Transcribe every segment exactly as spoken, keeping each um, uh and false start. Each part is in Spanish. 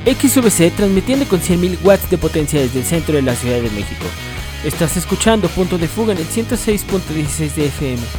X V C transmitiendo con cien mil watts de potencia desde el centro de la Ciudad de México. Estás escuchando Punto de Fuga en el ciento seis punto dieciséis de F M.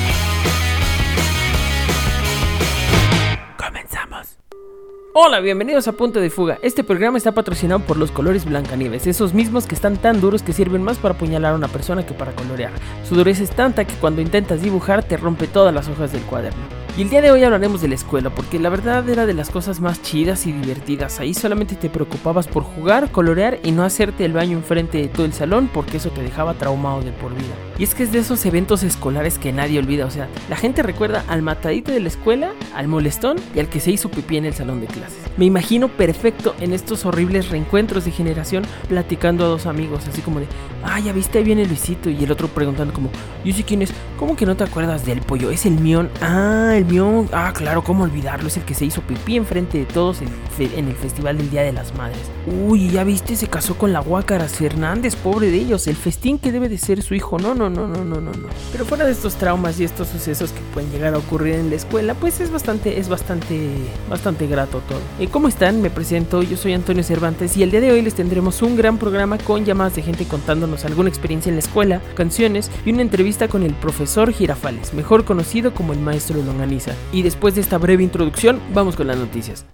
Comenzamos. Hola, bienvenidos a Punto de Fuga. Este programa está patrocinado por los colores Blancanieves, esos mismos que están tan duros que sirven más para apuñalar a una persona que para colorear. Su dureza es tanta que cuando intentas dibujar te rompe todas las hojas del cuaderno. Y el día de hoy hablaremos de la escuela, porque la verdad era de las cosas más chidas y divertidas. Ahí solamente te preocupabas por jugar, colorear y no hacerte el baño enfrente de todo el salón, porque eso te dejaba traumado de por vida. Y es que es de esos eventos escolares que nadie olvida, o sea, la gente recuerda al matadito de la escuela, al molestón y al que se hizo pipí en el salón de clases. Me imagino perfecto en estos horribles reencuentros de generación platicando a dos amigos, así como de, ah, ya viste, ahí viene Luisito, y el otro preguntando como, yo sé quién es, ¿cómo que no te acuerdas del pollo? Es el Mion, ah, el Mion, ah, claro, cómo olvidarlo, es el que se hizo pipí enfrente de todos en, fe- en el festival del Día de las Madres. Uy, ya viste, se casó con la Guácaras Fernández, pobre de ellos, el festín que debe de ser su hijo, no, no, no, no, no, no, no. Pero fuera de estos traumas y estos sucesos que pueden llegar a ocurrir en la escuela, pues es bastante, es bastante, bastante grato todo. Eh, ¿Cómo están? Me presento, yo soy Antonio Cervantes y el día de hoy les tendremos un gran programa con llamadas de gente contándonos alguna experiencia en la escuela, canciones y una entrevista con el profesor Girafales, mejor conocido como el maestro Longaniza. Y después de esta breve introducción, vamos con las noticias.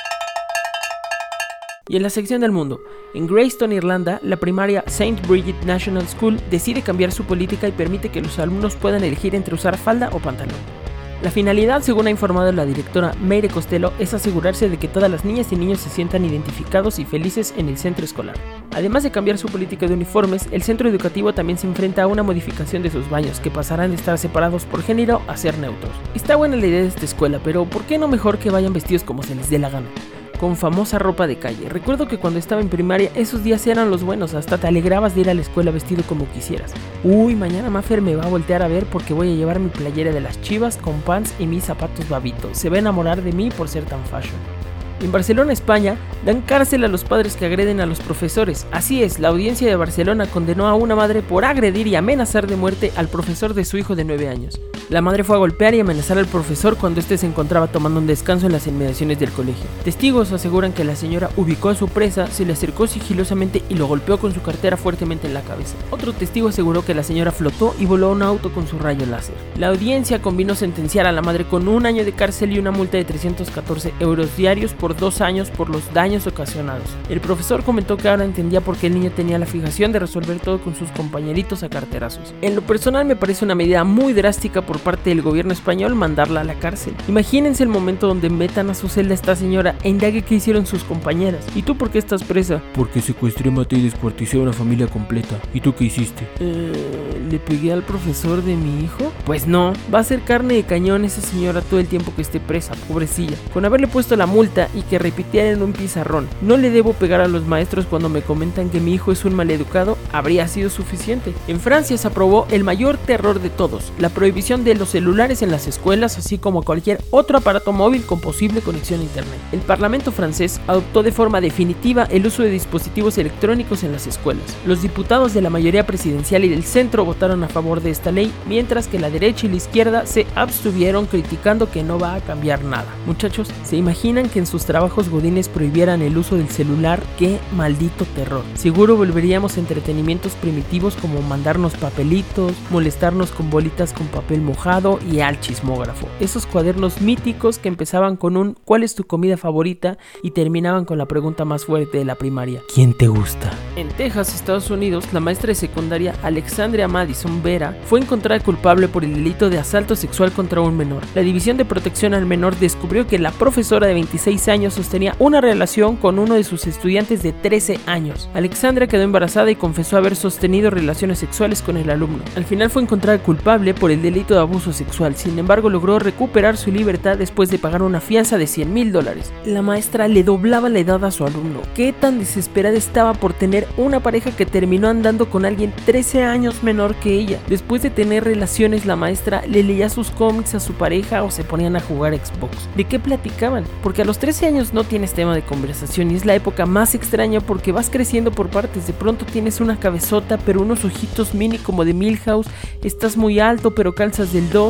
Y en la sección del mundo, en Greystone, Irlanda, la primaria Saint Bridget National School decide cambiar su política y permite que los alumnos puedan elegir entre usar falda o pantalón. La finalidad, según ha informado la directora Meire Costello, es asegurarse de que todas las niñas y niños se sientan identificados y felices en el centro escolar. Además de cambiar su política de uniformes, el centro educativo también se enfrenta a una modificación de sus baños, que pasarán de estar separados por género a ser neutros. Está buena la idea de esta escuela, pero ¿por qué no mejor que vayan vestidos como se les dé la gana? Con famosa ropa de calle. Recuerdo que cuando estaba en primaria esos días eran los buenos, hasta te alegrabas de ir a la escuela vestido como quisieras. Uy, mañana Maffer me va a voltear a ver porque voy a llevar mi playera de las Chivas con pants y mis zapatos babitos. Se va a enamorar de mí por ser tan fashion. En Barcelona, España, dan cárcel a los padres que agreden a los profesores. Así es, la audiencia de Barcelona condenó a una madre por agredir y amenazar de muerte al profesor de su hijo de nueve años. La madre fue a golpear y amenazar al profesor cuando este se encontraba tomando un descanso en las inmediaciones del colegio. Testigos aseguran que la señora ubicó a su presa, se le acercó sigilosamente y lo golpeó con su cartera fuertemente en la cabeza. Otro testigo aseguró que la señora flotó y voló a un auto con su rayo láser. La audiencia convino sentenciar a la madre con un año de cárcel y una multa de trescientos catorce euros diarios por dos años por los daños ocasionados. El profesor comentó que ahora entendía por qué el niño tenía la fijación de resolver todo con sus compañeritos a carterazos. En lo personal me parece una medida muy drástica por parte del gobierno español mandarla a la cárcel. Imagínense el momento donde metan a su celda a esta señora e indague qué hicieron sus compañeras. ¿Y tú por qué estás presa? Porque secuestré, maté y descuarticé a una familia completa. ¿Y tú qué hiciste? Eh, ¿Le pegué al profesor de mi hijo? Pues no, va a ser carne de cañón esa señora todo el tiempo que esté presa, pobrecilla. Con haberle puesto la multa y que repitiera en un pizarrón, no le debo pegar a los maestros cuando me comentan que mi hijo es un maleducado, habría sido suficiente. En Francia se aprobó el mayor terror de todos, la prohibición de los celulares en las escuelas, así como cualquier otro aparato móvil con posible conexión a internet. El Parlamento francés adoptó de forma definitiva el uso de dispositivos electrónicos en las escuelas. Los diputados de la mayoría presidencial y del centro votaron a favor de esta ley, mientras que la derecha y la izquierda se abstuvieron criticando que no va a cambiar nada. Muchachos, ¿se imaginan que en sus trabajos godines prohibieran el uso del celular? ¡Qué maldito terror! Seguro volveríamos a entretenimientos primitivos como mandarnos papelitos, molestarnos con bolitas con papel mojado y al chismógrafo. Esos cuadernos míticos que empezaban con un ¿cuál es tu comida favorita? Y terminaban con la pregunta más fuerte de la primaria: ¿quién te gusta? En Texas, Estados Unidos, la maestra de secundaria Alexandria Madison Vera fue encontrada culpable por el delito de asalto sexual contra un menor. La División de Protección al Menor descubrió que la profesora de veintiséis años sostenía una relación con uno de sus estudiantes de trece años. Alexandra quedó embarazada y confesó haber sostenido relaciones sexuales con el alumno. Al final fue encontrada culpable por el delito de abuso sexual, sin embargo logró recuperar su libertad después de pagar una fianza de cien mil dólares. La maestra le doblaba la edad a su alumno. ¿Qué tan desesperada estaba por tener una pareja que terminó andando con alguien trece años menor que ella? Después de tener relaciones, la maestra le leía sus cómics a su pareja o se ponían a jugar Xbox. ¿De qué platicaban? Porque a los trece años no tienes tema de conversación y es la época más extraña porque vas creciendo por partes. De pronto tienes una cabezota pero unos ojitos mini como de Milhouse, estás muy alto pero calzas del dos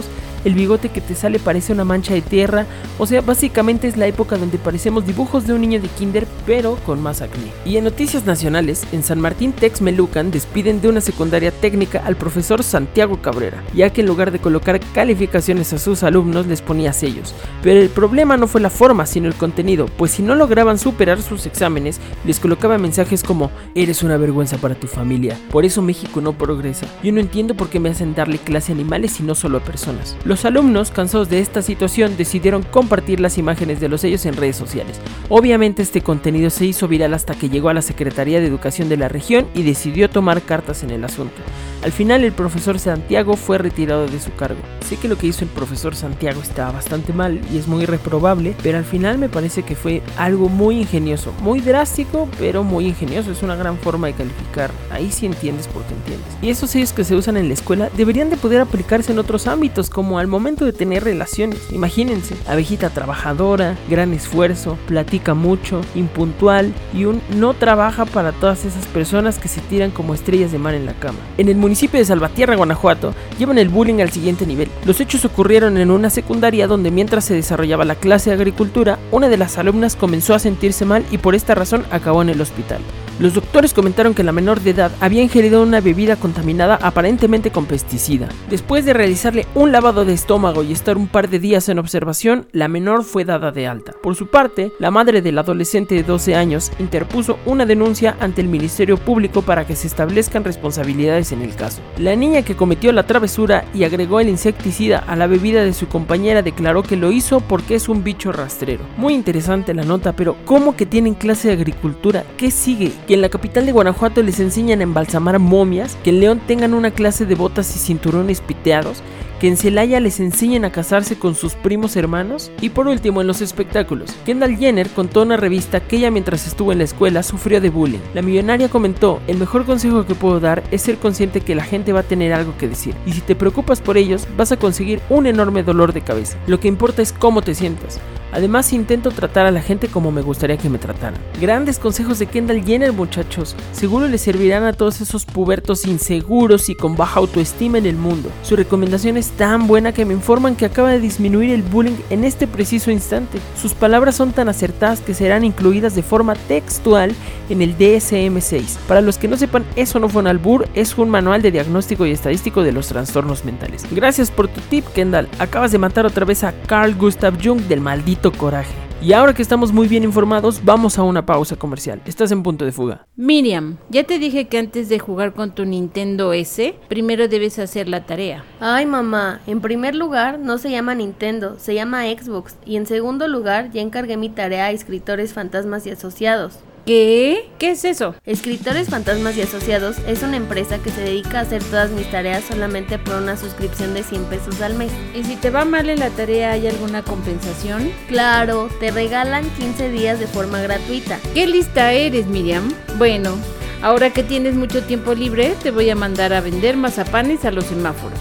el bigote que te sale parece una mancha de tierra, o sea, básicamente es la época donde parecemos dibujos de un niño de kinder, pero con más acné. Y en noticias nacionales, en San Martín Texmelucan despiden de una secundaria técnica al profesor Santiago Cabrera, ya que en lugar de colocar calificaciones a sus alumnos les ponía sellos. Pero el problema no fue la forma, sino el contenido, pues si no lograban superar sus exámenes, les colocaba mensajes como: eres una vergüenza para tu familia, por eso México no progresa. Yo no entiendo por qué me hacen darle clase a animales y no solo a personas. Los alumnos, cansados de esta situación, decidieron compartir las imágenes de los sellos en redes sociales. Obviamente este contenido se hizo viral hasta que llegó a la Secretaría de Educación de la región y decidió tomar cartas en el asunto. Al final el profesor Santiago fue retirado de su cargo. Sé que lo que hizo el profesor Santiago está bastante mal y es muy reprobable, pero al final me parece que fue algo muy ingenioso, muy drástico, pero muy ingenioso. Es una gran forma de calificar. Ahí sí entiendes porque entiendes. Y esos sellos que se usan en la escuela deberían de poder aplicarse en otros ámbitos, como al momento de tener relaciones. Imagínense, abejita trabajadora, gran esfuerzo, platica mucho, impuntual y un no trabaja para todas esas personas que se tiran como estrellas de mar en la cama. En el municipio de Salvatierra, Guanajuato, llevan el bullying al siguiente nivel. Los hechos ocurrieron en una secundaria donde mientras se desarrollaba la clase de agricultura, una de las alumnas comenzó a sentirse mal y por esta razón acabó en el hospital. Los doctores comentaron que la menor de edad había ingerido una bebida contaminada aparentemente con pesticida. Después de realizarle un lavado de estómago y estar un par de días en observación, la menor fue dada de alta. Por su parte, la madre del adolescente de doce años interpuso una denuncia ante el Ministerio Público para que se establezcan responsabilidades en el caso. La niña que cometió la travesura y agregó el insecticida a la bebida de su compañera declaró que lo hizo porque es un bicho rastrero. Muy interesante la nota, pero ¿cómo que tienen clase de agricultura? ¿Qué sigue? Que en la capital de Guanajuato les enseñan a embalsamar momias, que en León tengan una clase de botas y cinturones piteados, que en Celaya les enseñen a casarse con sus primos hermanos. Y por último, en los espectáculos, Kendall Jenner contó en una revista que ella mientras estuvo en la escuela sufrió de bullying. La millonaria comentó: el mejor consejo que puedo dar es ser consciente que la gente va a tener algo que decir, y si te preocupas por ellos vas a conseguir un enorme dolor de cabeza. Lo que importa es cómo te sientas. Además, intento tratar a la gente como me gustaría que me trataran. Grandes consejos de Kendall Jenner, muchachos. Seguro les servirán a todos esos pubertos inseguros y con baja autoestima en el mundo. Su recomendación es tan buena que me informan que acaba de disminuir el bullying en este preciso instante. Sus palabras son tan acertadas que serán incluidas de forma textual en el D S M seis. Para los que no sepan, eso no fue un albur, es un manual de diagnóstico y estadístico de los trastornos mentales. Gracias por tu tip, Kendall. Acabas de matar otra vez a Carl Gustav Jung del maldito coraje. Y ahora que estamos muy bien informados, vamos a una pausa comercial. Estás en Punto de Fuga. Miriam, ya te dije que antes de jugar con tu Nintendo ese, primero debes hacer la tarea. Ay, mamá, en primer lugar no se llama Nintendo, se llama Xbox. Y en segundo lugar ya encargué mi tarea a Escritores Fantasmas y Asociados. ¿Qué? ¿Qué es eso? Escritores Fantasmas y Asociados es una empresa que se dedica a hacer todas mis tareas solamente por una suscripción de cien pesos al mes. ¿Y si te va mal en la tarea, hay alguna compensación? Claro, te regalan quince días de forma gratuita. ¿Qué lista eres, Miriam? Bueno, ahora que tienes mucho tiempo libre, te voy a mandar a vender mazapanes a los semáforos.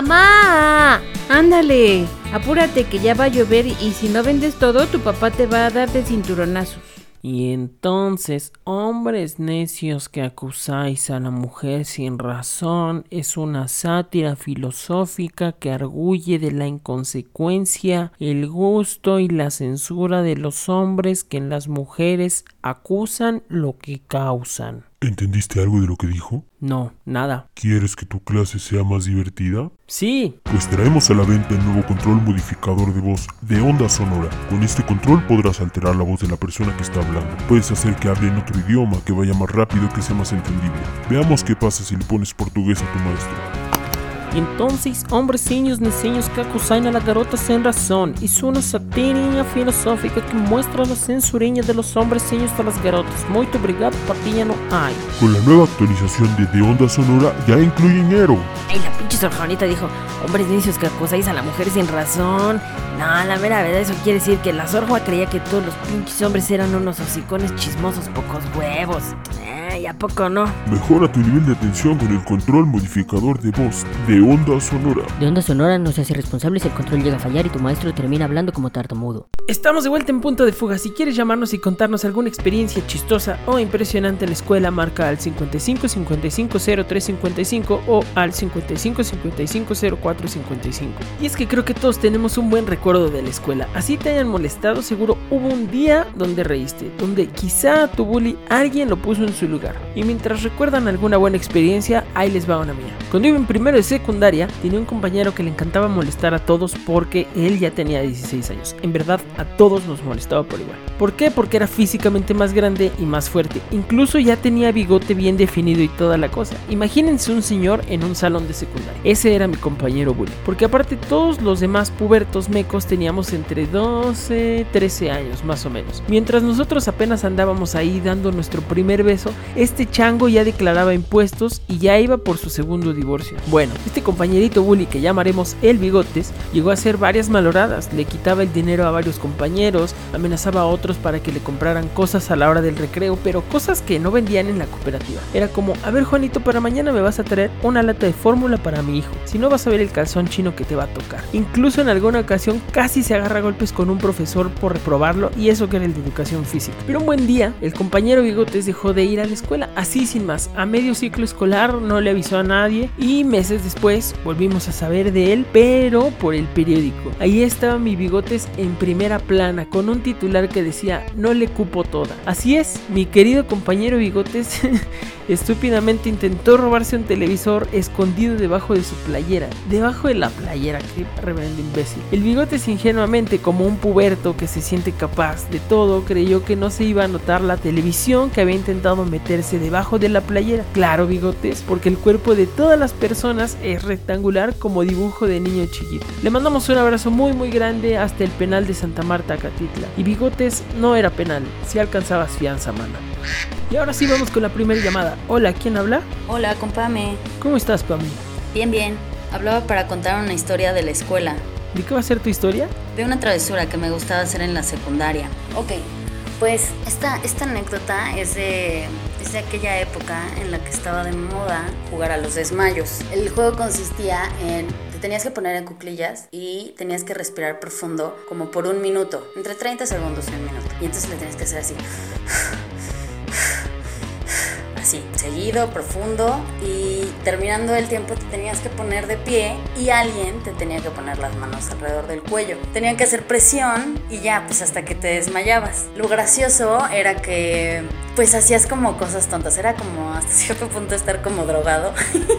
¡Mamá! Ándale, apúrate que ya va a llover y si no vendes todo, tu papá te va a dar de cinturonazos. Y entonces, hombres necios que acusáis a la mujer sin razón, es una sátira filosófica que arguye de la inconsecuencia, el gusto y la censura de los hombres que en las mujeres acusan lo que causan. ¿Entendiste algo de lo que dijo? No, nada. ¿Quieres que tu clase sea más divertida? Sí. Pues traemos a la venta el nuevo control modificador de voz de onda sonora. Con este control podrás alterar la voz de la persona que está hablando. Puedes hacer que hable en otro idioma, que vaya más rápido, que sea más entendible. Veamos qué pasa si le pones portugués a tu maestro. E entonces, hombrezinhos necios que acusan a la garota sin razón, es una satirinha filosófica que muestra la censurinha de los hombrezinhos a las garotas. Muito obrigado, patilla no hay. Con la nueva actualización de De Onda Sonora ya incluye Nero. Ay, la pinche sorjonita dijo: hombres necios que acusáis a la mujer sin razón. No, la mera verdad, eso quiere decir que la sorja creía que todos los pinches hombres eran unos hocicones chismosos pocos huevos. Eh. Ay, ¿a poco no? Mejora tu nivel de atención con el control modificador de voz de Onda Sonora. De Onda Sonora no se hace responsable si el control llega a fallar y tu maestro termina hablando como tartamudo. Estamos de vuelta en Punto de Fuga. Si quieres llamarnos y contarnos alguna experiencia chistosa o impresionante en la escuela, marca al cincuenta y cinco cincuenta y cinco cero tres cincuenta y cinco o al cincuenta y cinco cincuenta y cinco cero cuatro cincuenta y cinco. Y es que creo que todos tenemos un buen recuerdo de la escuela. Así te hayan molestado, seguro hubo un día donde reíste, donde quizá tu bully alguien lo puso en su lugar. Y mientras recuerdan alguna buena experiencia, ahí les va una mía. Cuando iba en primero de secundaria, tenía un compañero que le encantaba molestar a todos porque él ya tenía dieciséis años. En verdad, a todos nos molestaba por igual. ¿Por qué? Porque era físicamente más grande y más fuerte. Incluso ya tenía bigote bien definido y toda la cosa. Imagínense un señor en un salón de secundaria. Ese era mi compañero bully. Porque aparte todos los demás pubertos mecos teníamos entre doce, trece años más o menos. Mientras nosotros apenas andábamos ahí dando nuestro primer beso, este chango ya declaraba impuestos y ya iba por su segundo divorcio. Bueno, este compañerito bully que llamaremos el Bigotes llegó a hacer varias maloradas. Le quitaba el dinero a varios compañeros, amenazaba a otros para que le compraran cosas a la hora del recreo, pero cosas que no vendían en la cooperativa. Era como, a ver Juanito, para mañana me vas a traer una lata de fórmula para mi hijo, si no vas a ver el calzón chino que te va a tocar. Incluso en alguna ocasión casi se agarra a golpes con un profesor por reprobarlo, y eso que era el de educación física. Pero un buen día, el compañero Bigotes dejó de ir a la escuela, así sin más. A medio ciclo escolar no le avisó a nadie y meses después volvimos a saber de él, pero por el periódico. Ahí estaba mi Bigotes en primera plana con un titular que decía: no le cupo toda. Así es, mi querido compañero Bigotes estúpidamente intentó robarse un televisor escondido debajo de su playera. Debajo de la playera, qué reverendo imbécil. El Bigotes ingenuamente, como un puberto que se siente capaz de todo, creyó que no se iba a notar la televisión que había intentado meterse debajo de la playera. Claro, Bigotes, porque el cuerpo de todas las personas es rectangular como dibujo de niño chiquito. Le mandamos un abrazo muy muy grande hasta el penal de Santa Marta, Catitla. Y Bigotes no era penal, si alcanzabas fianza, mana. Y ahora sí vamos con la primera llamada. Hola, ¿quién habla? Hola, compame. ¿Cómo estás, Pami? Bien, bien. Hablaba para contar una historia de la escuela. ¿De qué va a ser tu historia? De una travesura que me gustaba hacer en la secundaria. Ok, pues esta, esta anécdota es de, es de aquella época en la que estaba de moda jugar a los desmayos. El juego consistía en... te tenías que poner en cuclillas y tenías que respirar profundo como por un minuto, entre treinta segundos y un minuto. Y entonces le tenías que hacer así... así, seguido, profundo, y terminando el tiempo te tenías que poner de pie y alguien te tenía que poner las manos alrededor del cuello. Tenían que hacer presión y ya, pues hasta que te desmayabas. Lo gracioso era que pues hacías como cosas tontas, era como hasta cierto punto estar como drogado.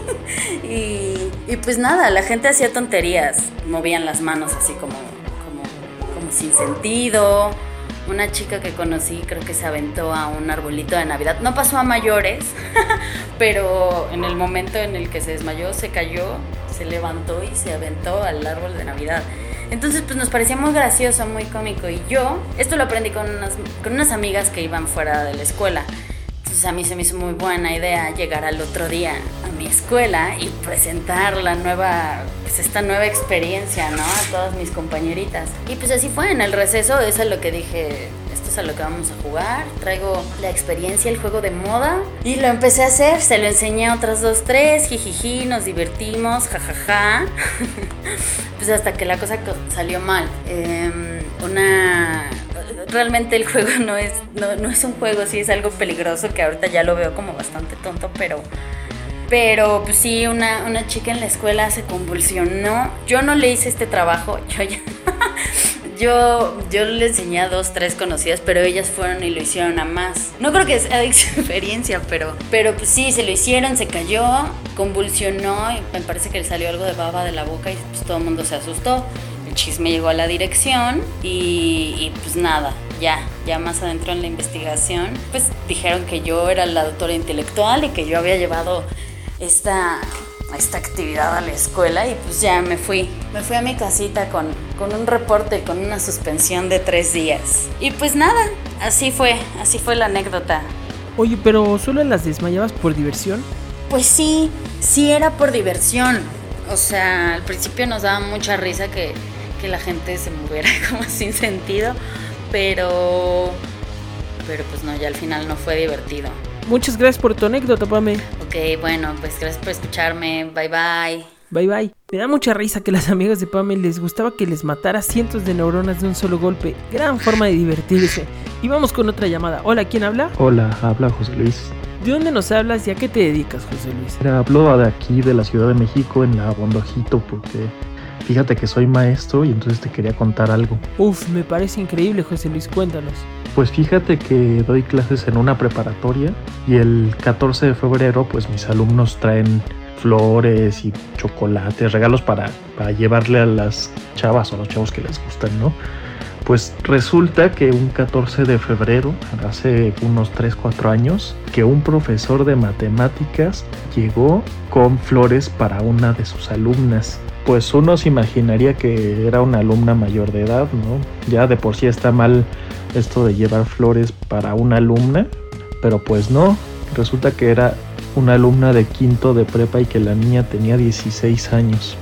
y, y pues nada, la gente hacía tonterías, movían las manos así como, como, como sin sentido. Una chica que conocí creo que se aventó a un arbolito de Navidad. No pasó a mayores, pero en el momento en el que se desmayó, se cayó, se levantó y se aventó al árbol de Navidad. Entonces pues nos parecía muy gracioso, muy cómico. Y yo, esto lo aprendí con unas, con unas amigas que iban fuera de la escuela. Entonces a mí se me hizo muy buena idea llegar al otro día a mi escuela y presentar la nueva, pues esta nueva experiencia, ¿no? A todas mis compañeritas. Y pues así fue, en el receso, eso es lo que dije, esto es a lo que vamos a jugar. Traigo la experiencia, el juego de moda. Y lo empecé a hacer, se lo enseñé a otras dos, tres, jijiji, nos divertimos, jajaja. Pues hasta que la cosa salió mal. Eh, una... Realmente el juego no es, no, no es un juego, sí es algo peligroso que ahorita ya lo veo como bastante tonto, pero, pero pues sí, una, una chica en la escuela se convulsionó. Yo no le hice este trabajo, yo ya, yo, yo le enseñé a dos, tres conocidas, pero ellas fueron y lo hicieron a más. No creo que sea de experiencia, pero, pero pues sí, se lo hicieron, se cayó, convulsionó y me parece que le salió algo de baba de la boca y pues todo el mundo se asustó. El chisme llegó a la dirección y, y pues nada, ya, ya más adentro en la investigación, pues dijeron que yo era la autora intelectual y que yo había llevado esta, esta actividad a la escuela y pues ya me fui. Me fui a mi casita con, con un reporte, con una suspensión de tres días. Y pues nada, así fue, así fue la anécdota. Oye, pero ¿solo las desmayabas por diversión? Pues sí, sí era por diversión. O sea, al principio nos daba mucha risa que... que la gente se moviera como sin sentido, pero pero pues no, ya al final no fue divertido. Muchas gracias por tu anécdota, Pame. Ok, bueno, pues gracias por escucharme. Bye, bye. Bye bye. Me da mucha risa que las amigas de Pame les gustaba que les matara cientos de neuronas de un solo golpe. Gran forma de divertirse. Y vamos con otra llamada. Hola, ¿quién habla? Hola, habla José Luis. ¿De dónde nos hablas y a qué te dedicas, José Luis? Mira, hablo de aquí, de la Ciudad de México, en la Bondojito, porque fíjate que soy maestro y entonces te quería contar algo. Uf, me parece increíble, José Luis, cuéntanos. Pues fíjate que doy clases en una preparatoria y el catorce de febrero pues mis alumnos traen flores y chocolates, regalos para, para llevarle a las chavas o a los chavos que les gustan, ¿no? Pues resulta que un catorce de febrero, hace unos tres cuatro años, que un profesor de matemáticas llegó con flores para una de sus alumnas. Pues uno se imaginaría que era una alumna mayor de edad, ¿no? Ya de por sí está mal esto de llevar flores para una alumna, pero pues no, resulta que era una alumna de quinto de prepa y que la niña tenía dieciséis años.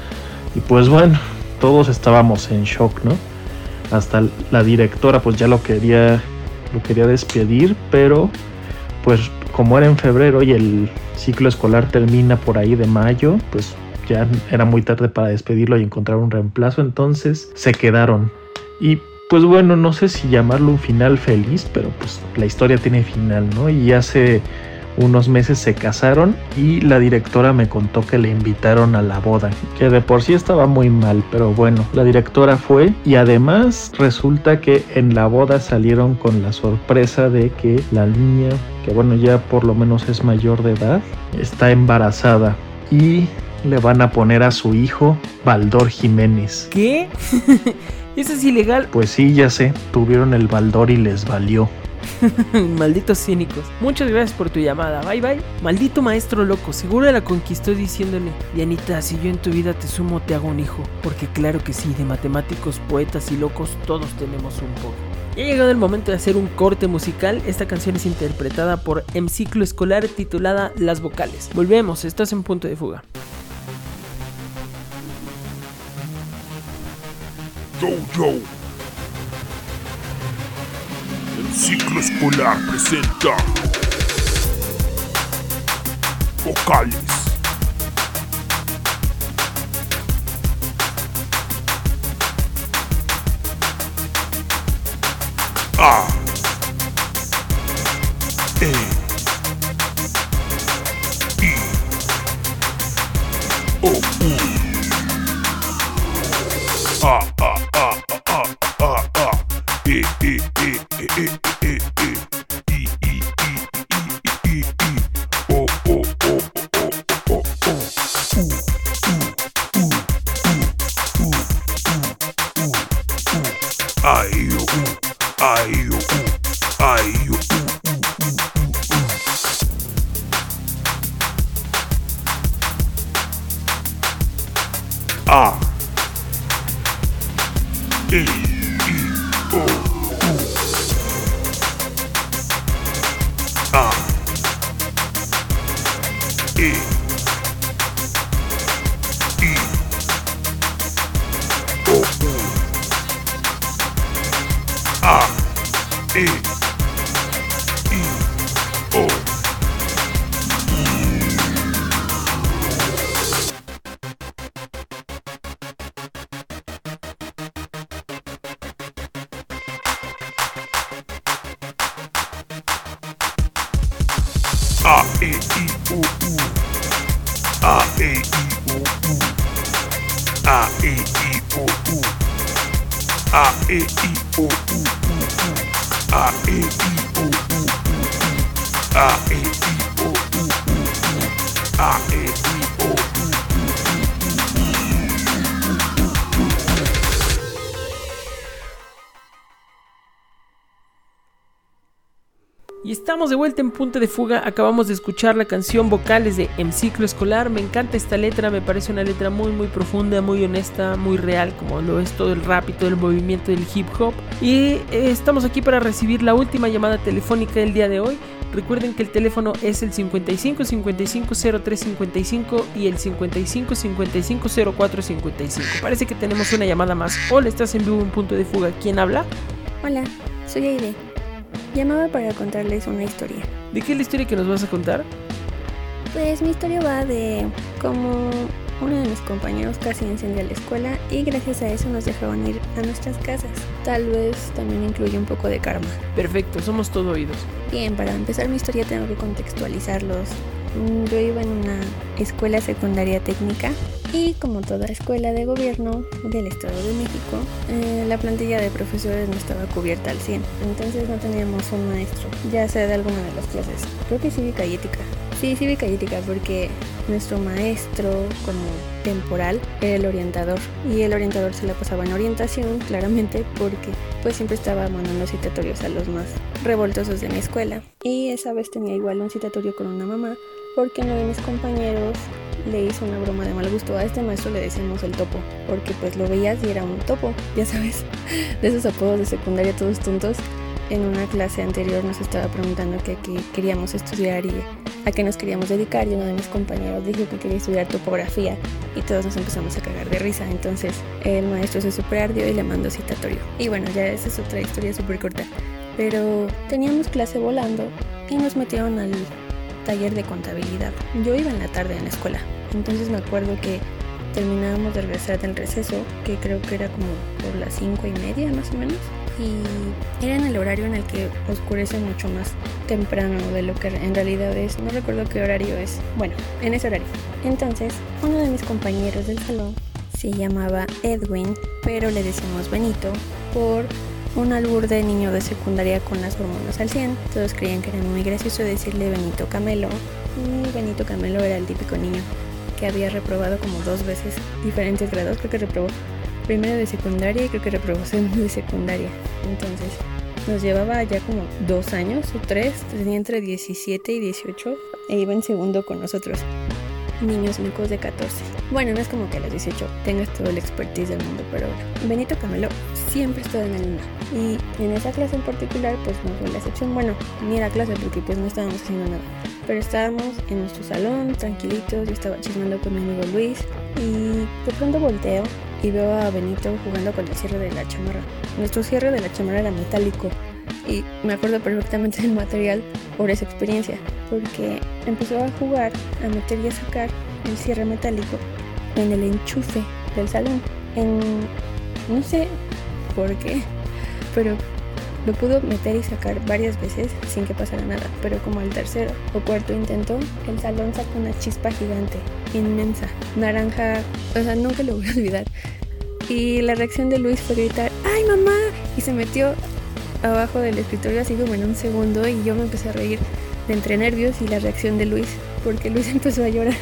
Y pues bueno, todos estábamos en shock, ¿no? Hasta la directora pues ya lo quería, lo quería despedir, pero pues como era en febrero y el ciclo escolar termina por ahí de mayo, pues ya era muy tarde para despedirlo y encontrar un reemplazo, entonces se quedaron. Y pues bueno, no sé si llamarlo un final feliz, pero pues la historia tiene final, ¿no? Y hace unos meses se casaron y la directora me contó que le invitaron a la boda, que de por sí estaba muy mal, pero bueno, la directora fue y además resulta que en la boda salieron con la sorpresa de que la niña, que bueno ya por lo menos es mayor de edad, está embarazada y le van a poner a su hijo Baldor Jiménez. ¿Qué? ¿Eso es ilegal? Pues sí, ya sé, tuvieron el Baldor y les valió. Malditos cínicos. Muchas gracias por tu llamada. Bye bye. Maldito maestro loco. Seguro la conquistó diciéndole: Dianita, si yo en tu vida te sumo, te hago un hijo. Porque claro que sí, de matemáticos, poetas y locos todos tenemos un poco. Ya ha llegado el momento de hacer un corte musical. Esta canción es interpretada por Hemiciclo Escolar, titulada Las Vocales. Volvemos, estás en Punto de Fuga. Yo, yo. Hemiciclo Escolar presenta Vocales. A E I O U A A A A A A E E E E E E E I I I I I O O O O O O U U U U U U A I O U A I O U A I O U A E I O U A E I O U A E I O A E I O U A E I O U A E I O U A E I O U A E I O U A E I O U A E I O U. Y estamos de vuelta en Punto de Fuga. Acabamos de escuchar la canción Vocales de Hemiciclo Escolar. Me encanta esta letra, me parece una letra muy muy profunda, muy honesta, muy real, como lo es todo el rap y todo el movimiento del hip hop. Y eh, estamos aquí para recibir la última llamada telefónica del día de hoy. Recuerden que el teléfono es el cincuenta y cinco cincuenta y cinco cero tres cincuenta y cinco y el cincuenta y cinco cincuenta y cinco cero cuatro cincuenta y cinco. Parece que tenemos una llamada más. Hola, estás en vivo en Punto de Fuga. ¿Quién habla? Hola, soy Aide. Llamaba para contarles una historia. ¿De qué es la historia que nos vas a contar? Pues mi historia va de cómo uno de mis compañeros casi incendia la escuela y gracias a eso nos dejaban ir a nuestras casas. Tal vez también incluye un poco de karma. Perfecto, somos todo oídos. Bien, para empezar mi historia tengo que contextualizarlos. Yo iba en una escuela secundaria técnica y como toda escuela de gobierno del Estado de México, eh, la plantilla de profesores no estaba cubierta al cien, entonces no teníamos un maestro, ya sea de alguna de las clases. Creo que cívica y ética. Sí, cívica y ética, porque nuestro maestro como temporal era el orientador y el orientador se la pasaba en orientación, claramente, porque pues siempre estaba mandando citatorios a los más revoltosos de mi escuela. Y esa vez tenía igual un citatorio con una mamá, porque uno de mis compañeros le hizo una broma de mal gusto. A este maestro le decíamos el topo, porque pues lo veías y era un topo, ya sabes, de esos apodos de secundaria todos tontos. En una clase anterior nos estaba preguntando qué queríamos estudiar y a qué nos queríamos dedicar, y uno de mis compañeros dijo que quería estudiar topografía y todos nos empezamos a cagar de risa. Entonces el maestro se super ardió y le mandó citatorio. Y bueno, ya esa es otra historia súper corta, pero teníamos clase volando y nos metieron al taller de contabilidad. Yo iba en la tarde en la escuela, entonces me acuerdo que terminábamos de regresar del receso, que creo que era como por las cinco y media más o menos, y era en el horario en el que oscurece mucho más temprano de lo que en realidad es. No recuerdo qué horario es, bueno, en ese horario. Entonces uno de mis compañeros del salón se llamaba Edwin, pero le decimos Benito por un albur de niño de secundaria con las hormonas al cien. Todos creían que era muy gracioso decirle Benito Camelo, y Benito Camelo era el típico niño que había reprobado como dos veces diferentes grados. Creo que reprobó primero de secundaria y creo que reprobó segundo de secundaria. Entonces nos llevaba ya como dos años o tres, tenía entre diecisiete y dieciocho e iba en segundo con nosotros, niños micos de catorce. Bueno, no es como que a los dieciocho tengas todo el expertise del mundo, pero Benito Camelo siempre estuvo en la línea. Y en esa clase en particular pues no fue la excepción. Bueno, ni era clase porque pues no estábamos haciendo nada, pero estábamos en nuestro salón tranquilitos. Yo estaba chismando con mi amigo Luis y de pronto volteo y veo a Benito jugando con el cierre de la chamarra. Nuestro cierre de la chamarra era metálico y me acuerdo perfectamente del material por esa experiencia, porque empezó a jugar, a meter y a sacar el cierre metálico en el enchufe del salón. En, no sé por qué, pero lo pudo meter y sacar varias veces sin que pasara nada, pero como al tercer o cuarto intento, el salón sacó una chispa gigante, inmensa, naranja, o sea, nunca lo voy a olvidar. Y la reacción de Luis fue gritar ¡ay, mamá! Y se metió abajo del escritorio así como en un segundo, y yo me empecé a reír de entre nervios y la reacción de Luis, porque Luis empezó a llorar.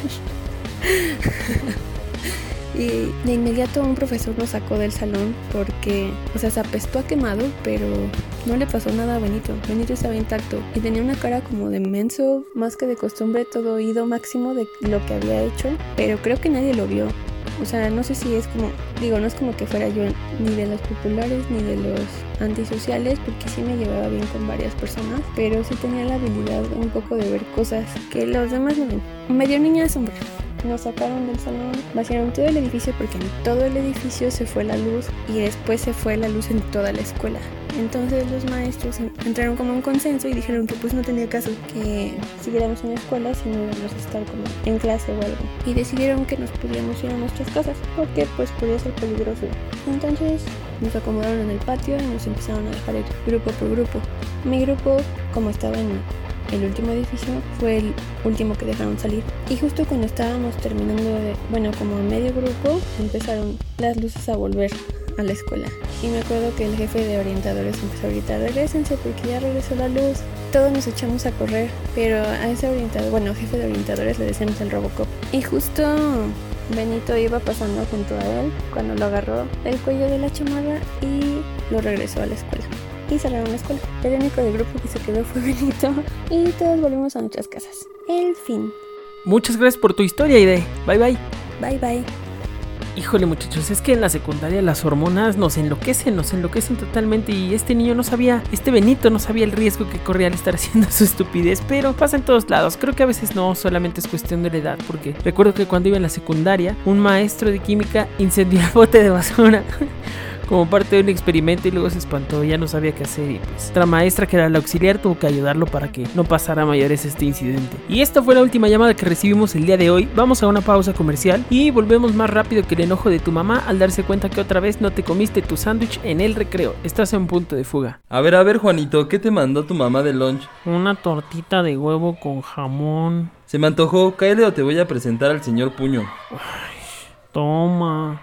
Y de inmediato un profesor nos sacó del salón porque, o sea, se apestó a quemado, pero no le pasó nada a Benito. Benito estaba intacto y tenía una cara como de menso, más que de costumbre, todo oído máximo de lo que había hecho, pero creo que nadie lo vio. O sea, no sé si es como, digo, no es como que fuera yo ni de los populares ni de los antisociales, porque sí me llevaba bien con varias personas, pero sí tenía la habilidad un poco de ver cosas que los demás no ven. Me dio niña de sombra. Nos sacaron del salón, vaciaron todo el edificio porque en todo el edificio se fue la luz y después se fue la luz en toda la escuela. Entonces los maestros entraron como en consenso y dijeron que pues no tenía caso que siguiéramos en la escuela si no íbamos a estar como en clase o algo. Y decidieron que nos podíamos ir a nuestras casas porque pues podía ser peligroso. Entonces nos acomodaron en el patio y nos empezaron a dejar ir grupo por grupo. Mi grupo, como estaba en el último edificio, fue el último que dejaron salir. Y justo cuando estábamos terminando de, bueno, como en medio grupo, empezaron las luces a volver a la escuela. Y me acuerdo que el jefe de orientadores empezó a gritar, regrésense porque ya regresó la luz. Todos nos echamos a correr, pero a ese orientador, bueno, jefe de orientadores le decíamos el Robocop. Y justo Benito iba pasando junto a él cuando lo agarró del cuello de la chamarra y lo regresó a la escuela. Y cerraron la escuela. El único del grupo que se quedó fue Benito y todos volvimos a nuestras casas. El fin. Muchas gracias por tu historia, Aide. Bye bye. Bye bye. Híjole, muchachos, es que en la secundaria las hormonas nos enloquecen, nos enloquecen totalmente, y este niño no sabía, este Benito no sabía el riesgo que corría al estar haciendo su estupidez, pero pasa en todos lados. Creo que a veces no solamente es cuestión de la edad, porque recuerdo que cuando iba en la secundaria, un maestro de química incendió el bote de basura como parte de un experimento y luego se espantó, ya no sabía qué hacer y pues otra maestra que era la auxiliar tuvo que ayudarlo para que no pasara a mayores este incidente. Y esta fue la última llamada que recibimos el día de hoy. Vamos a una pausa comercial y volvemos más rápido que el enojo de tu mamá al darse cuenta que otra vez no te comiste tu sándwich en el recreo. Estás en punto de fuga. A ver, a ver, Juanito, ¿qué te mandó tu mamá de lunch? Una tortita de huevo con jamón. Se me antojó, cáele o te voy a presentar al señor Puño. Ay, toma.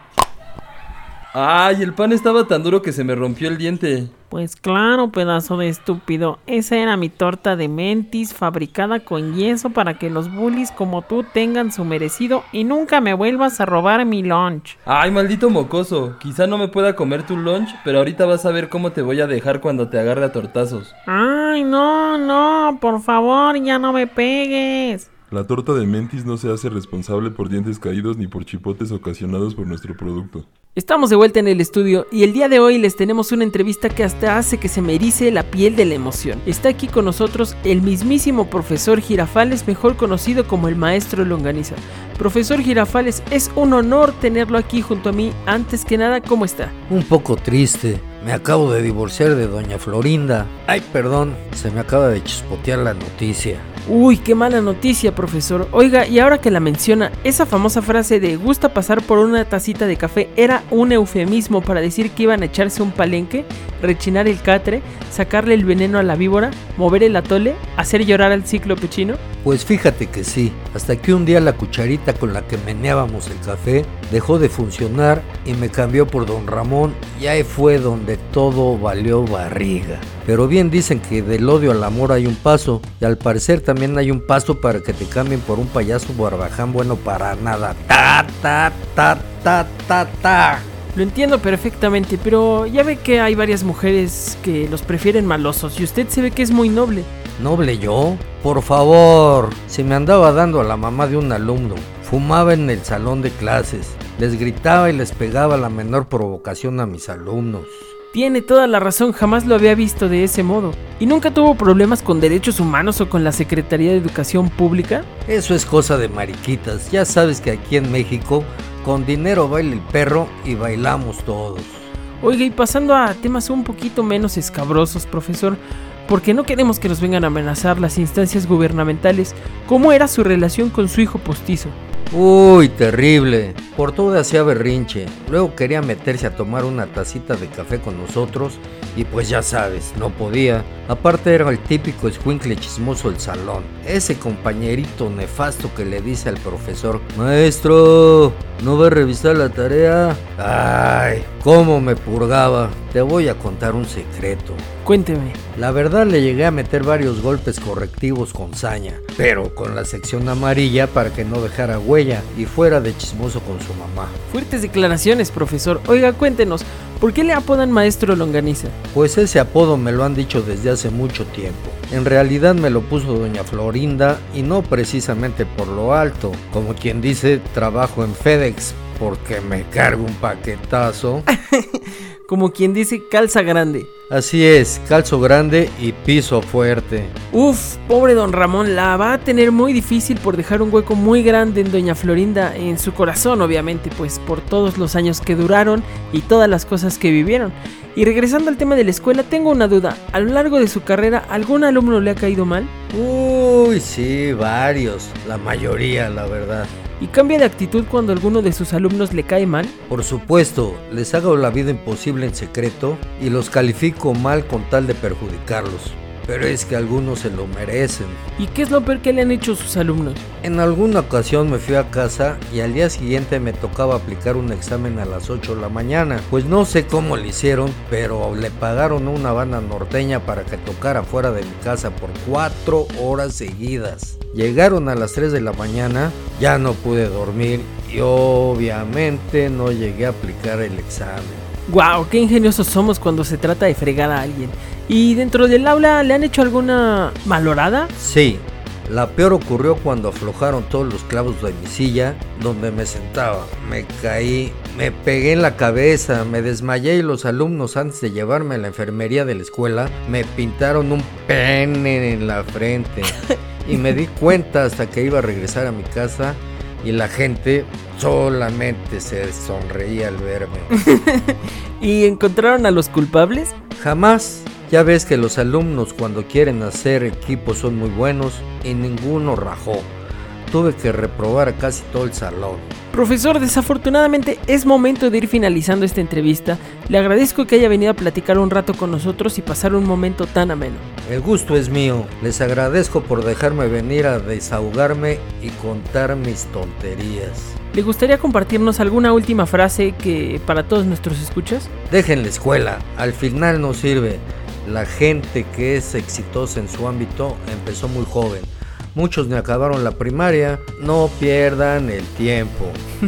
Ay, el pan estaba tan duro que se me rompió el diente. Pues claro, pedazo de estúpido. Esa era mi torta de mentis fabricada con yeso para que los bullies como tú tengan su merecido y nunca me vuelvas a robar mi lunch. Ay, maldito mocoso. Quizá no me pueda comer tu lunch, pero ahorita vas a ver cómo te voy a dejar cuando te agarre a tortazos. Ay, no, no, por favor, ya no me pegues. La torta de mentis no se hace responsable por dientes caídos ni por chipotes ocasionados por nuestro producto. Estamos de vuelta en el estudio y el día de hoy les tenemos una entrevista que hasta hace que se me erice la piel de la emoción. Está aquí con nosotros el mismísimo profesor Girafales, mejor conocido como el maestro Longaniza. Profesor Girafales, es un honor tenerlo aquí junto a mí. Antes que nada, ¿cómo está? Un poco triste. Me acabo de divorciar de doña Florinda. Ay, perdón, se me acaba de chispotear la noticia. Uy, qué mala noticia, profesor. Oiga, y ahora que la menciona, esa famosa frase de gusta pasar por una tacita de café era un eufemismo para decir que iban a echarse un palenque, rechinar el catre, sacarle el veneno a la víbora, mover el atole, hacer llorar al cíclope chino. Pues fíjate que sí, hasta que un día la cucharita con la que meneábamos el café dejó de funcionar y me cambió por don Ramón y ahí fue donde todo valió barriga. Pero bien dicen que del odio al amor hay un paso y al parecer también hay un paso para que te cambien por un payaso barbaján bueno para nada. Ta ta ta ta ta ta. Lo entiendo perfectamente, pero ya ve que hay varias mujeres que los prefieren malosos y usted se ve que es muy noble. ¿Noble yo? Por favor, se me andaba dando a la mamá de un alumno. Fumaba en el salón de clases, les gritaba y les pegaba la menor provocación a mis alumnos. Tiene toda la razón, jamás lo había visto de ese modo. ¿Y nunca tuvo problemas con derechos humanos o con la Secretaría de Educación Pública? Eso es cosa de mariquitas, ya sabes que aquí en México con dinero baila el perro y bailamos todos. Oiga, y pasando a temas un poquito menos escabrosos, profesor, porque no queremos que nos vengan a amenazar las instancias gubernamentales, ¿cómo era su relación con su hijo postizo? Uy, terrible. Por todo hacía berrinche. Luego quería meterse a tomar una tacita de café con nosotros y pues ya sabes, no podía. Aparte era el típico escuincle chismoso del salón. Ese compañerito nefasto que le dice al profesor: maestro, ¿no va a revisar la tarea? Ay, cómo me purgaba. Te voy a contar un secreto. Cuénteme. La verdad le llegué a meter varios golpes correctivos con saña, pero con la sección amarilla para que no dejara huella y fuera de chismoso con su mamá. Fuertes declaraciones, profesor. Oiga, cuéntenos, ¿por qué le apodan maestro Longaniza? Pues ese apodo me lo han dicho desde hace mucho tiempo. En realidad me lo puso doña Florinda y no precisamente por lo alto. Como quien dice, trabajo en FedEx porque me cargo un paquetazo. Como quien dice, calza grande. Así es, calzo grande y piso fuerte. Uf, pobre don Ramón, la va a tener muy difícil por dejar un hueco muy grande en doña Florinda, en su corazón obviamente, pues por todos los años que duraron y todas las cosas que vivieron. Y regresando al tema de la escuela, tengo una duda. ¿A lo largo de su carrera algún alumno le ha caído mal? Uy, sí, varios, la mayoría, la verdad. ¿Y cambia de actitud cuando alguno de sus alumnos le cae mal? Por supuesto, les hago la vida imposible en secreto y los califico mal con tal de perjudicarlos. Pero es que algunos se lo merecen. ¿Y qué es lo peor que le han hecho sus alumnos? En alguna ocasión me fui a casa y al día siguiente me tocaba aplicar un examen a las ocho de la mañana. Pues no sé cómo le hicieron, pero le pagaron a una banda norteña para que tocara fuera de mi casa por cuatro horas seguidas. Llegaron a las tres de la mañana, ya no pude dormir y obviamente no llegué a aplicar el examen. Wow, qué ingeniosos somos cuando se trata de fregar a alguien. ¿Y dentro del aula le han hecho alguna malorada? Sí, la peor ocurrió cuando aflojaron todos los clavos de mi silla donde me sentaba. Me caí, me pegué en la cabeza, me desmayé y los alumnos, antes de llevarme a la enfermería de la escuela, me pintaron un pene en la frente. Y me di cuenta hasta que iba a regresar a mi casa y la gente solamente se sonreía al verme. ¿Y encontraron a los culpables? Jamás. Ya ves que los alumnos cuando quieren hacer equipo son muy buenos y ninguno rajó. Tuve que reprobar a casi todo el salón. Profesor, desafortunadamente es momento de ir finalizando esta entrevista. Le agradezco que haya venido a platicar un rato con nosotros y pasar un momento tan ameno. El gusto es mío. Les agradezco por dejarme venir a desahogarme y contar mis tonterías. ¿Le gustaría compartirnos alguna última frase que para todos nuestros escuchas? Dejen la escuela, al final no sirve. La gente que es exitosa en su ámbito empezó muy joven. Muchos ni acabaron la primaria. No pierdan el tiempo.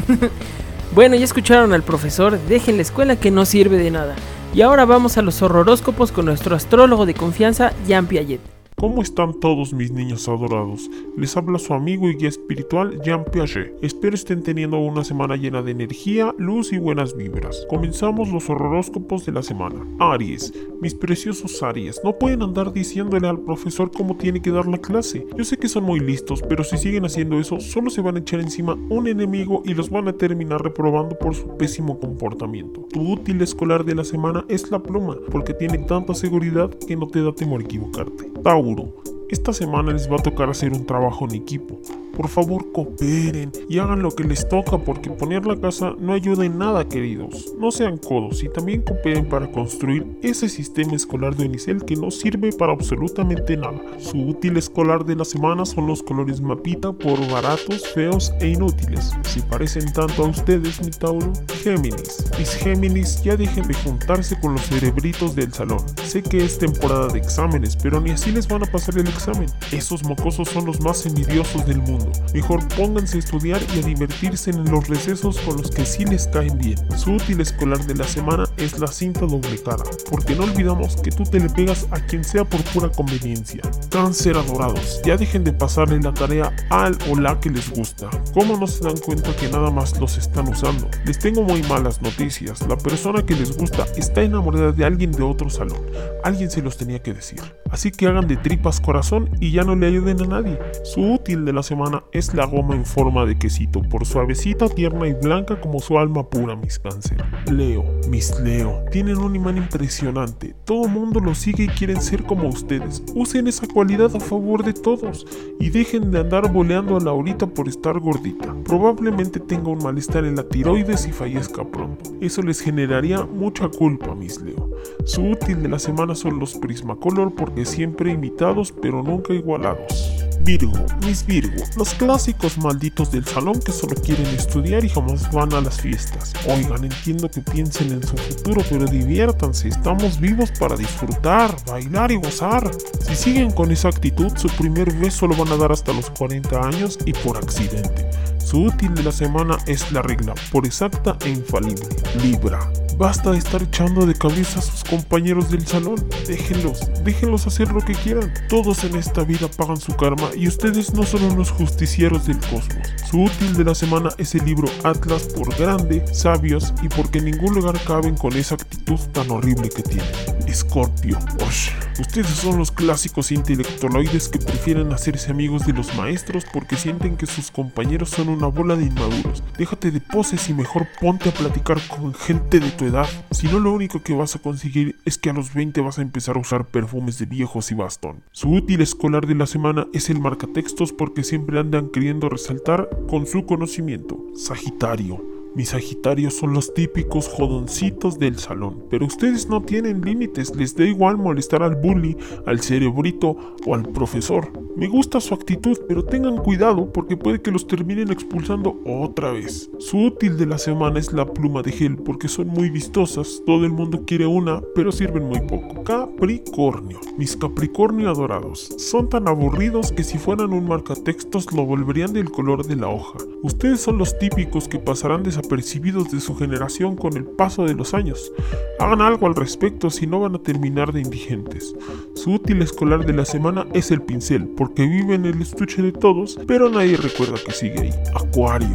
Bueno, ya escucharon al profesor. Dejen la escuela que no sirve de nada. Y ahora vamos a los horroróscopos con nuestro astrólogo de confianza, Jean Piaget. ¿Cómo están todos mis niños adorados? Les habla su amigo y guía espiritual Jean Piaget. Espero estén teniendo una semana llena de energía, luz y buenas vibras. Comenzamos los horroróscopos de la semana. Aries, mis preciosos Aries, no pueden andar diciéndole al profesor cómo tiene que dar la clase. Yo sé que son muy listos, pero si siguen haciendo eso, solo se van a echar encima un enemigo y los van a terminar reprobando por su pésimo comportamiento. Tu útil escolar de la semana es la pluma, porque tiene tanta seguridad que no te da temor equivocarte. Tauro, esta semana les va a tocar hacer un trabajo en equipo. Por favor, cooperen y hagan lo que les toca, porque poner la casa no ayuda en nada, queridos. No sean codos y también cooperen para construir ese sistema escolar de Unicel que no sirve para absolutamente nada. Su útil escolar de la semana son los colores mapita por baratos, feos e inútiles. Si parecen tanto a ustedes, mi Tauro, Géminis. Mis Géminis, ya dejen de juntarse con los cerebritos del salón. Sé que es temporada de exámenes, pero ni así les van a pasar el examen. Esos mocosos son los más envidiosos del mundo. Mejor pónganse a estudiar y a divertirse en los recesos con los que sí les caen bien. Su útil escolar de la semana es la cinta doble cara, porque no olvidamos que tú te le pegas a quien sea por pura conveniencia. Cáncer adorados, ya dejen de pasarle la tarea al o la que les gusta. ¿Cómo no se dan cuenta que nada más los están usando? Les tengo muy malas noticias. La persona que les gusta está enamorada de alguien de otro salón. Alguien se los tenía que decir. Así que hagan de tripas corazón y ya no le ayuden a nadie. Su útil de la semana es la goma en forma de quesito, por suavecita, tierna y blanca como su alma pura, mis Cáncer. Leo, mis Leo, tienen un imán impresionante. Todo mundo los sigue y quieren ser como ustedes. Usen esa cualidad a favor de todos y dejen de andar boleando a Laurita por estar gordita. Probablemente tenga un malestar en la tiroides y fallezca pronto. Eso les generaría mucha culpa, mis Leo. Su útil de la semana son los Prismacolor, porque siempre imitados pero nunca igualados. Virgo, mis Virgo, los clásicos malditos del salón que solo quieren estudiar y jamás van a las fiestas. Oigan, entiendo que piensen en su futuro, pero diviértanse, estamos vivos para disfrutar, bailar y gozar. Si siguen con esa actitud, su primer beso lo van a dar hasta los cuarenta años y por accidente. Su útil de la semana es la regla, por exacta e infalible. Libra. Basta de estar echando de cabeza a sus compañeros del salón. Déjenlos, déjenlos hacer lo que quieran. Todos en esta vida pagan su karma y ustedes no son unos justicieros del cosmos. Su útil de la semana es el libro Atlas, por grande, sabios y porque en ningún lugar caben con esa actitud tan horrible que tienen. Escorpio. Osh, ustedes son los clásicos intelectualoides que prefieren hacerse amigos de los maestros porque sienten que sus compañeros son una bola de inmaduros. Déjate de poses y mejor ponte a platicar con gente de tu edad. Si no, lo único que vas a conseguir es que a los veinte vas a empezar a usar perfumes de viejos y bastón. Su útil escolar de la semana es el marcatextos porque siempre andan queriendo resaltar con su conocimiento. Sagitario. Mis Sagitarios son los típicos jodoncitos del salón, pero ustedes no tienen límites, les da igual molestar al bully, al cerebrito o al profesor. Me gusta su actitud, pero tengan cuidado porque puede que los terminen expulsando otra vez. Su útil de la semana es la pluma de gel porque son muy vistosas, todo el mundo quiere una, pero sirven muy poco. Capricornio. Mis Capricornio adorados, son tan aburridos que si fueran un marcatextos lo volverían del color de la hoja. Ustedes son los típicos que pasarán desapercibidos percibidos de su generación con el paso de los años. Hagan algo al respecto, si no van a terminar de indigentes. Su útil escolar de la semana es el pincel, porque vive en el estuche de todos, pero nadie recuerda que sigue ahí. Acuario.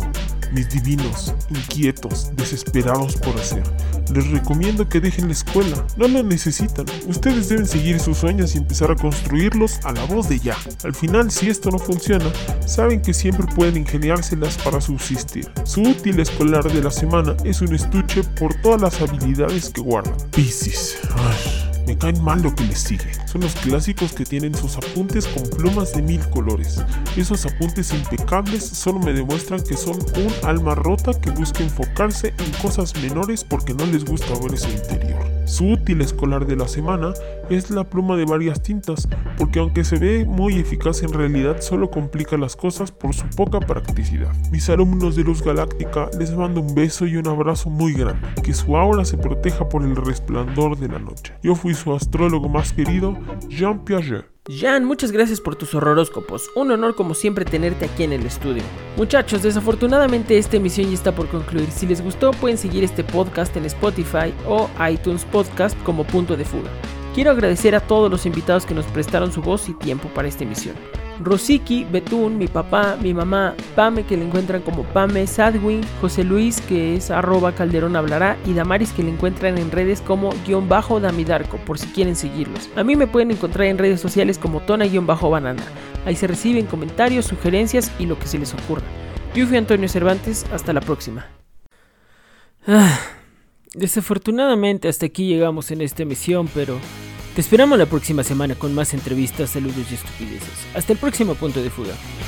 Mis divinos, inquietos, desesperados por hacer, les recomiendo que dejen la escuela, no la necesitan. Ustedes deben seguir sus sueños y empezar a construirlos a la voz de ya. Al final, si esto no funciona, saben que siempre pueden ingeniárselas para subsistir. Su útil escolar de la semana es un estuche por todas las habilidades que guardan. Piscis. Ay. Me caen mal lo que les sigue. Son los clásicos que tienen sus apuntes con plumas de mil colores. Esos apuntes impecables solo me demuestran que son un alma rota que busca enfocarse en cosas menores porque no les gusta ver su interior. Su útil escolar de la semana es la pluma de varias tintas, porque aunque se ve muy eficaz en realidad solo complica las cosas por su poca practicidad. Mis alumnos de Luz Galáctica les mando un beso y un abrazo muy grande. Que su aura se proteja por el resplandor de la noche. Yo fui su astrólogo más querido, Jean Piaget. Jan, muchas gracias por tus horroróscopos. Un honor como siempre tenerte aquí en el estudio. Muchachos, desafortunadamente esta emisión ya está por concluir. Si les gustó pueden seguir este podcast en Spotify o iTunes Podcast como Punto de Fuga. Quiero agradecer a todos los invitados que nos prestaron su voz y tiempo para esta emisión. Rosiki, Betún, mi papá, mi mamá, Pame, que le encuentran como Pame, Sadwin, José Luis, que es arroba Calderón Hablará, y Damaris, que le encuentran en redes como guión bajo Damidarco, por si quieren seguirlos. A mí me pueden encontrar en redes sociales como Tona guión bajo Banana. Ahí se reciben comentarios, sugerencias y lo que se les ocurra. Yo fui Antonio Cervantes, hasta la próxima. Ah, desafortunadamente hasta aquí llegamos en esta emisión, pero... te esperamos la próxima semana con más entrevistas, saludos y estupideces. Hasta el próximo Punto de Fuga.